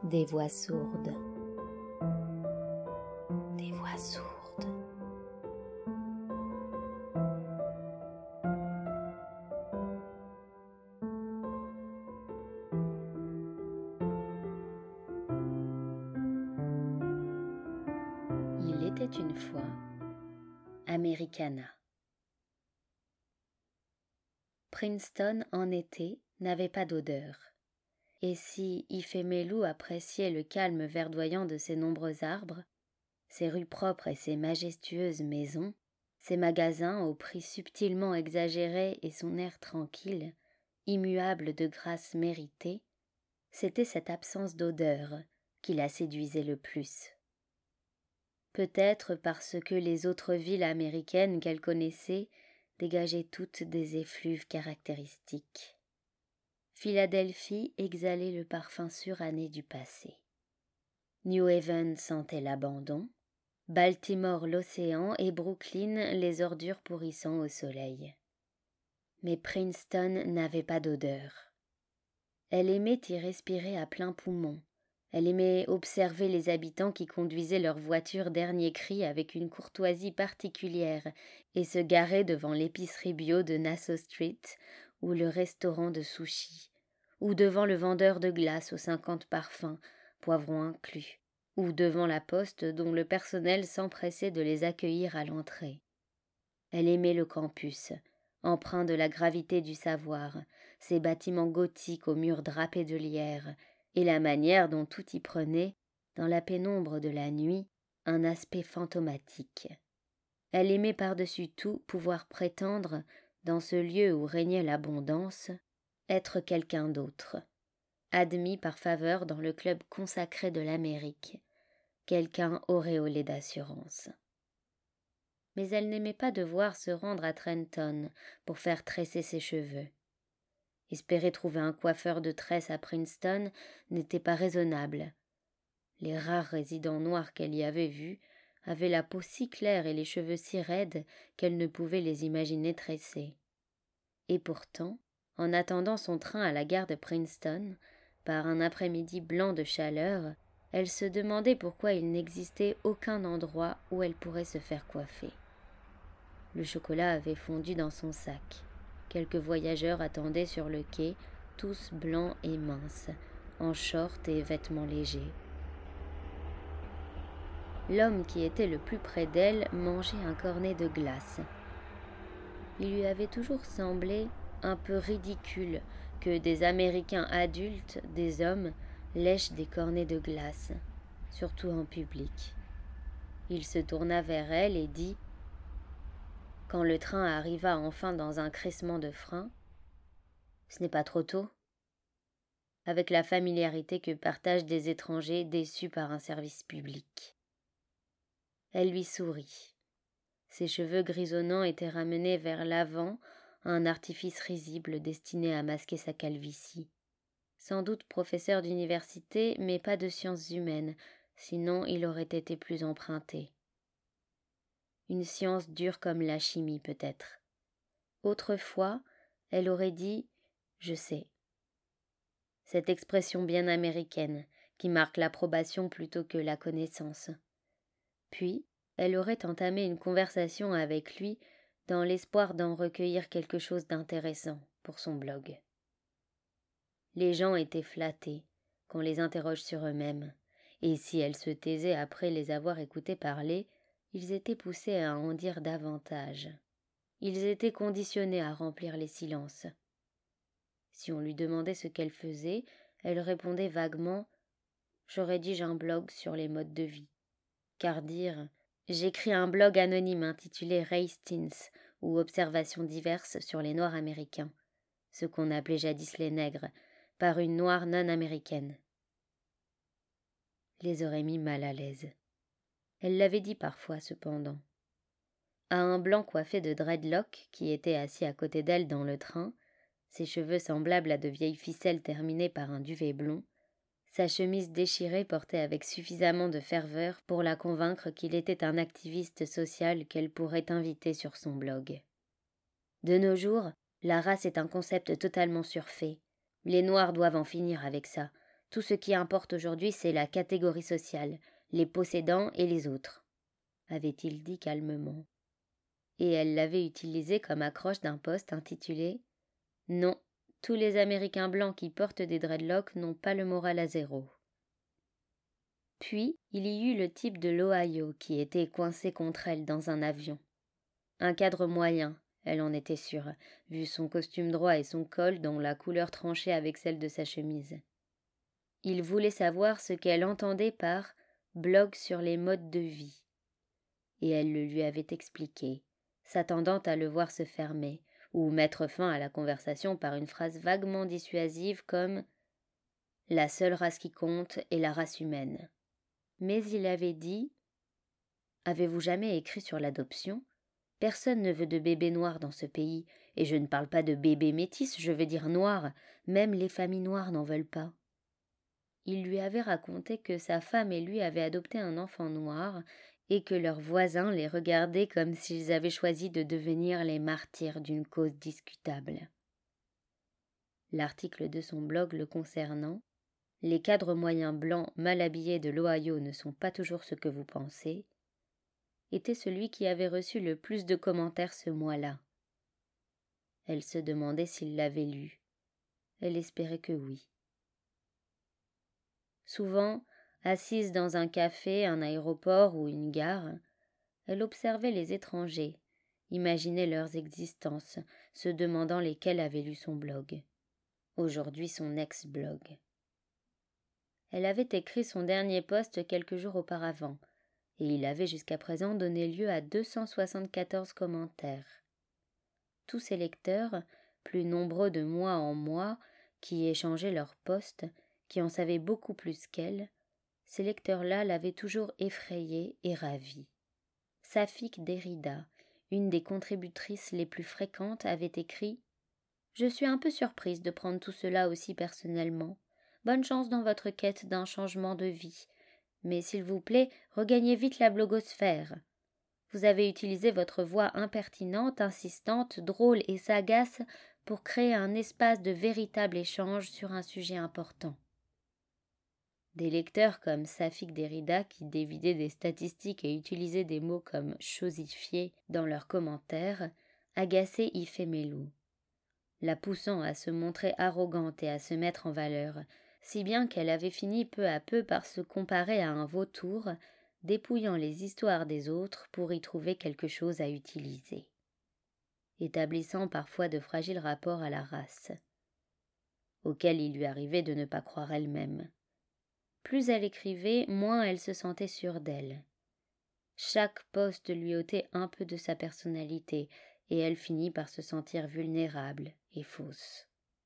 Des voix sourdes. Des voix sourdes. Il était une fois Americana. Princeton, en été, n'avait pas d'odeur. Et si Ifemelu appréciait le calme verdoyant de ses nombreux arbres, ses rues propres et ses majestueuses maisons, ses magasins aux prix subtilement exagérés et son air tranquille, immuable de grâce méritée, c'était cette absence d'odeur qui la séduisait le plus. Peut-être parce que les autres villes américaines qu'elle connaissait dégageaient toutes des effluves caractéristiques. Philadelphie exhalait le parfum suranné du passé. New Haven sentait l'abandon, Baltimore l'océan et Brooklyn les ordures pourrissant au soleil. Mais Princeton n'avait pas d'odeur. Elle aimait y respirer à plein poumon. Elle aimait observer les habitants qui conduisaient leur voiture dernier cri avec une courtoisie particulière et se garaient devant l'épicerie bio de Nassau Street ou le restaurant de sushi, ou devant le vendeur de glace aux 50 parfums, poivrons inclus, ou devant la poste dont le personnel s'empressait de les accueillir à l'entrée. Elle aimait le campus, empreint de la gravité du savoir, ses bâtiments gothiques aux murs drapés de lierre, et la manière dont tout y prenait, dans la pénombre de la nuit, un aspect fantomatique. Elle aimait par-dessus tout pouvoir prétendre, dans ce lieu où régnait l'abondance, être quelqu'un d'autre, admis par faveur dans le club consacré de l'Amérique, quelqu'un auréolé d'assurance. Mais elle n'aimait pas devoir se rendre à Trenton pour faire tresser ses cheveux. Espérer trouver un coiffeur de tresses à Princeton n'était pas raisonnable. Les rares résidents noirs qu'elle y avait vus avaient la peau si claire et les cheveux si raides qu'elle ne pouvait les imaginer tressés. Et pourtant, en attendant son train à la gare de Princeton, par un après-midi blanc de chaleur, elle se demandait pourquoi il n'existait aucun endroit où elle pourrait se faire coiffer. Le chocolat avait fondu dans son sac. Quelques voyageurs attendaient sur le quai, tous blancs et minces, en shorts et vêtements légers. L'homme qui était le plus près d'elle mangeait un cornet de glace. Il lui avait toujours semblé un peu ridicule que des Américains adultes, des hommes, lèchent des cornets de glace, surtout en public. Il se tourna vers elle et dit, quand le train arriva enfin dans un crissement de frein, « Ce n'est pas trop tôt ?» avec la familiarité que partagent des étrangers déçus par un service public. Elle lui sourit. Ses cheveux grisonnants étaient ramenés vers l'avant, un artifice risible destiné à masquer sa calvitie. Sans doute professeur d'université, mais pas de sciences humaines, sinon il aurait été plus emprunté. Une science dure comme la chimie peut-être. Autrefois, elle aurait dit « je sais ». Cette expression bien américaine, qui marque l'approbation plutôt que la connaissance. Puis, elle aurait entamé une conversation avec lui dans l'espoir d'en recueillir quelque chose d'intéressant pour son blog. Les gens étaient flattés qu'on les interroge sur eux-mêmes, et si elle se taisait après les avoir écoutés parler, ils étaient poussés à en dire davantage. Ils étaient conditionnés à remplir les silences. Si on lui demandait ce qu'elle faisait, elle répondait vaguement « Je rédige un blog sur les modes de vie », car dire « J'écris un blog anonyme intitulé Racetins ou Observations diverses sur les Noirs américains », ce qu'on appelait jadis les nègres, par une noire non-américaine, les aurait mis mal à l'aise. Elle l'avait dit parfois, cependant. À un blanc coiffé de dreadlocks qui était assis à côté d'elle dans le train, ses cheveux semblables à de vieilles ficelles terminées par un duvet blond, sa chemise déchirée portée avec suffisamment de ferveur pour la convaincre qu'il était un activiste social qu'elle pourrait inviter sur son blog. De nos jours, la race est un concept totalement surfait. Les Noirs doivent en finir avec ça. Tout ce qui importe aujourd'hui, c'est la catégorie sociale, les possédants et les autres, avait-il dit calmement. Et elle l'avait utilisé comme accroche d'un post intitulé « Non, tous les Américains blancs qui portent des dreadlocks n'ont pas le moral à zéro ». Puis, il y eut le type de l'Ohio qui était coincé contre elle dans un avion. Un cadre moyen, elle en était sûre, vu son costume droit et son col dont la couleur tranchait avec celle de sa chemise. Il voulait savoir ce qu'elle entendait par « blog sur les modes de vie ». Et elle le lui avait expliqué, s'attendant à le voir se fermer, ou mettre fin à la conversation par une phrase vaguement dissuasive comme « La seule race qui compte est la race humaine ». Mais il avait dit « Avez-vous jamais écrit sur l'adoption ? Personne ne veut de bébé noir dans ce pays, et je ne parle pas de bébé métis, je veux dire noir, même les familles noires n'en veulent pas. » Il lui avait raconté que sa femme et lui avaient adopté un enfant noir et que leurs voisins les regardaient comme s'ils avaient choisi de devenir les martyrs d'une cause discutable. L'article de son blog le concernant, « Les cadres moyens blancs mal habillés de l'Ohio ne sont pas toujours ce que vous pensez », était celui qui avait reçu le plus de commentaires ce mois-là. Elle se demandait s'il l'avait lu. Elle espérait que oui. Souvent, assise dans un café, un aéroport ou une gare, elle observait les étrangers, imaginait leurs existences, se demandant lesquels avaient lu son blog. Aujourd'hui son ex-blog. Elle avait écrit son dernier post quelques jours auparavant, et il avait jusqu'à présent donné lieu à 274 commentaires. Tous ses lecteurs, plus nombreux de mois en mois, qui échangeaient leurs posts, qui en savaient beaucoup plus qu'elle, ces lecteurs-là l'avaient toujours effrayée et ravie. Safik Derrida, une des contributrices les plus fréquentes, avait écrit « Je suis un peu surprise de prendre tout cela aussi personnellement. Bonne chance dans votre quête d'un changement de vie. Mais s'il vous plaît, regagnez vite la blogosphère. Vous avez utilisé votre voix impertinente, insistante, drôle et sagace pour créer un espace de véritable échange sur un sujet important. » Des lecteurs comme Safik Derrida qui dévidaient des statistiques et utilisaient des mots comme « chosifier » dans leurs commentaires, agaçaient Ifemelou, la poussant à se montrer arrogante et à se mettre en valeur, si bien qu'elle avait fini peu à peu par se comparer à un vautour, dépouillant les histoires des autres pour y trouver quelque chose à utiliser, établissant parfois de fragiles rapports à la race, auxquels il lui arrivait de ne pas croire elle-même. Plus elle écrivait, moins elle se sentait sûre d'elle. Chaque poste lui ôtait un peu de sa personnalité, et elle finit par se sentir vulnérable et fausse.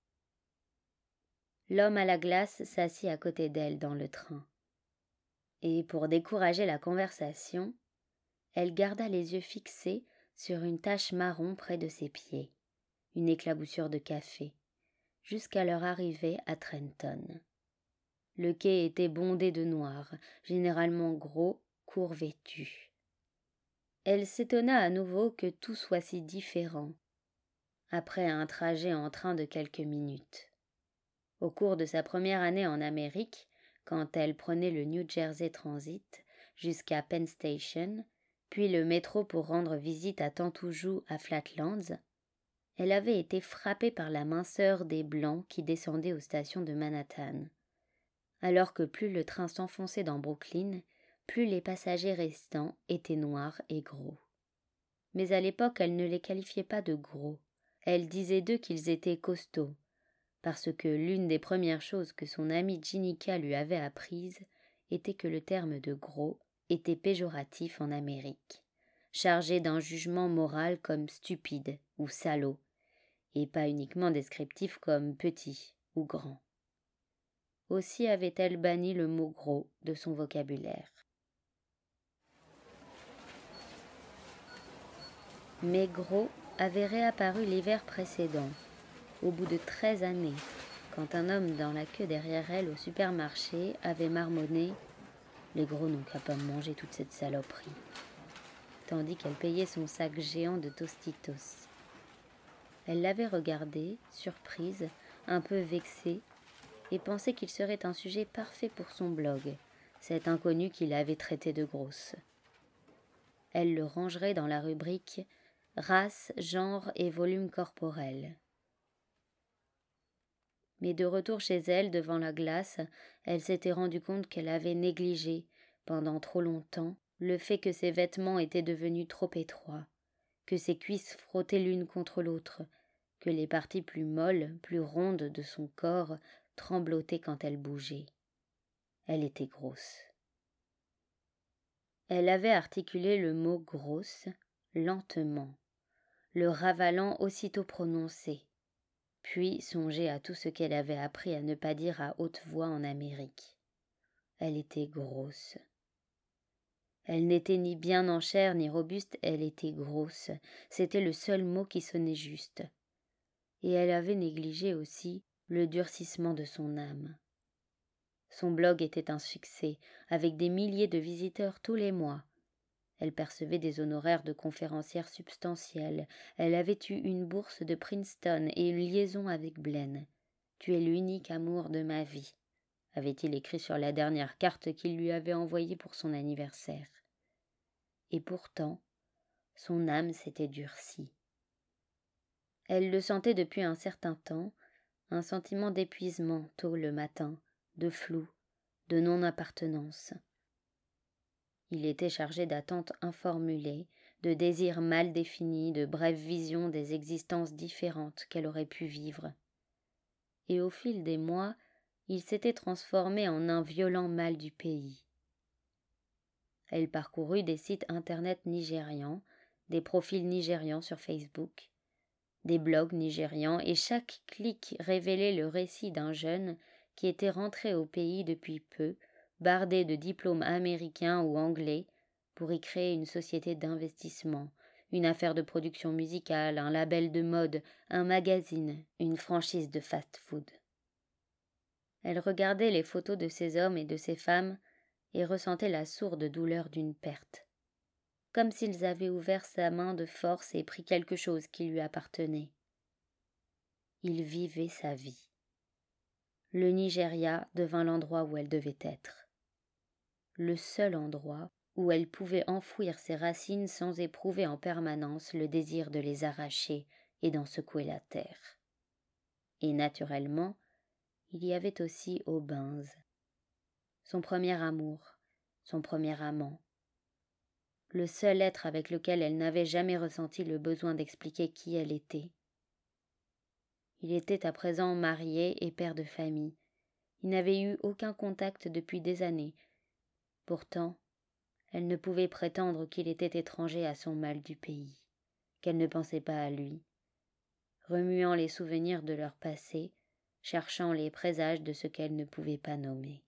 L'homme à la glace s'assit à côté d'elle dans le train. Et pour décourager la conversation, elle garda les yeux fixés sur une tache marron près de ses pieds, une éclaboussure de café, jusqu'à leur arrivée à Trenton. Le quai était bondé de noirs, généralement gros, court vêtus. Elle s'étonna à nouveau que tout soit si différent, après un trajet en train de quelques minutes. Au cours de sa première année en Amérique, quand elle prenait le New Jersey Transit jusqu'à Penn Station, puis le métro pour rendre visite à Tantoujou à Flatlands, elle avait été frappée par la minceur des Blancs qui descendaient aux stations de Manhattan. Alors que plus le train s'enfonçait dans Brooklyn, plus les passagers restants étaient noirs et gros. Mais à l'époque, elle ne les qualifiait pas de gros. Elle disait d'eux qu'ils étaient costauds, parce que l'une des premières choses que son amie Ginica lui avait apprises était que le terme de gros était péjoratif en Amérique, chargé d'un jugement moral comme stupide ou salaud, et pas uniquement descriptif comme petit ou grand. Aussi avait-elle banni le mot gros de son vocabulaire. Mais gros avait réapparu l'hiver précédent, au bout de 13 années, quand un homme dans la queue derrière elle au supermarché avait marmonné « Les gros n'ont qu'à pas manger toute cette saloperie », tandis qu'elle payait son sac géant de Tostitos. Elle l'avait regardé, surprise, un peu vexée, et pensait qu'il serait un sujet parfait pour son blog, cet inconnu qui l'avait traité de grosse. Elle le rangerait dans la rubrique « Race, genre et volume corporel ». Mais de retour chez elle, devant la glace, elle s'était rendue compte qu'elle avait négligé, pendant trop longtemps, le fait que ses vêtements étaient devenus trop étroits, que ses cuisses frottaient l'une contre l'autre, que les parties plus molles, plus rondes de son corps tremblotaient quand elle bougeait. Elle était grosse. Elle avait articulé le mot « grosse » lentement, le ravalant aussitôt prononcé, puis songeait à tout ce qu'elle avait appris à ne pas dire à haute voix en Amérique. Elle était grosse. Elle n'était ni bien en chair ni robuste, elle était grosse. C'était le seul mot qui sonnait juste. Et elle avait négligé aussi le durcissement de son âme. Son blog était un succès, avec des milliers de visiteurs tous les mois. Elle percevait des honoraires de conférencière substantiels. Elle avait eu une bourse de Princeton et une liaison avec Blaine. « Tu es l'unique amour de ma vie », avait-il écrit sur la dernière carte qu'il lui avait envoyée pour son anniversaire. Et pourtant, son âme s'était durcie. Elle le sentait depuis un certain temps, un sentiment d'épuisement tôt le matin, de flou, de non-appartenance. Il était chargé d'attentes informulées, de désirs mal définis, de brèves visions des existences différentes qu'elle aurait pu vivre. Et au fil des mois, il s'était transformé en un violent mal du pays. Elle parcourut des sites internet nigérians, des profils nigérians sur Facebook, des blogs nigérians, et chaque clic révélait le récit d'un jeune qui était rentré au pays depuis peu, bardé de diplômes américains ou anglais, pour y créer une société d'investissement, une affaire de production musicale, un label de mode, un magazine, une franchise de fast-food. Elle regardait les photos de ces hommes et de ces femmes et ressentait la sourde douleur d'une perte, comme s'ils avaient ouvert sa main de force et pris quelque chose qui lui appartenait. Il vivait sa vie. Le Nigeria devint l'endroit où elle devait être. Le seul endroit où elle pouvait enfouir ses racines sans éprouver en permanence le désir de les arracher et d'en secouer la terre. Et naturellement, il y avait aussi Aubinze, son premier amour, son premier amant, le seul être avec lequel elle n'avait jamais ressenti le besoin d'expliquer qui elle était. Il était à présent marié et père de famille. Il n'avait eu aucun contact depuis des années. Pourtant, elle ne pouvait prétendre qu'il était étranger à son mal du pays, qu'elle ne pensait pas à lui. Remuant les souvenirs de leur passé, cherchant les présages de ce qu'elle ne pouvait pas nommer.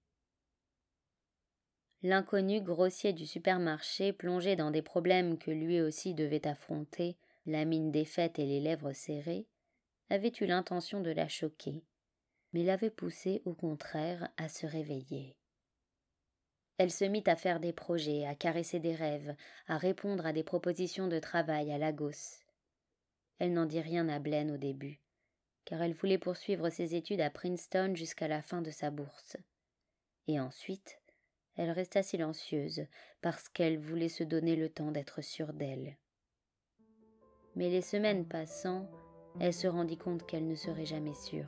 L'inconnu grossier du supermarché, plongé dans des problèmes que lui aussi devait affronter, la mine défaite et les lèvres serrées, avait eu l'intention de la choquer, mais l'avait poussée, au contraire, à se réveiller. Elle se mit à faire des projets, à caresser des rêves, à répondre à des propositions de travail à Lagos. Elle n'en dit rien à Blaine au début, car elle voulait poursuivre ses études à Princeton jusqu'à la fin de sa bourse. Et ensuite, elle resta silencieuse, parce qu'elle voulait se donner le temps d'être sûre d'elle. Mais les semaines passant, elle se rendit compte qu'elle ne serait jamais sûre.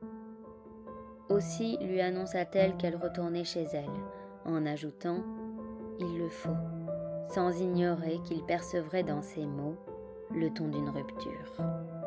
Aussi lui annonça-t-elle qu'elle retournait chez elle, en ajoutant « Il le faut », sans ignorer qu'il percevrait dans ses mots le ton d'une rupture.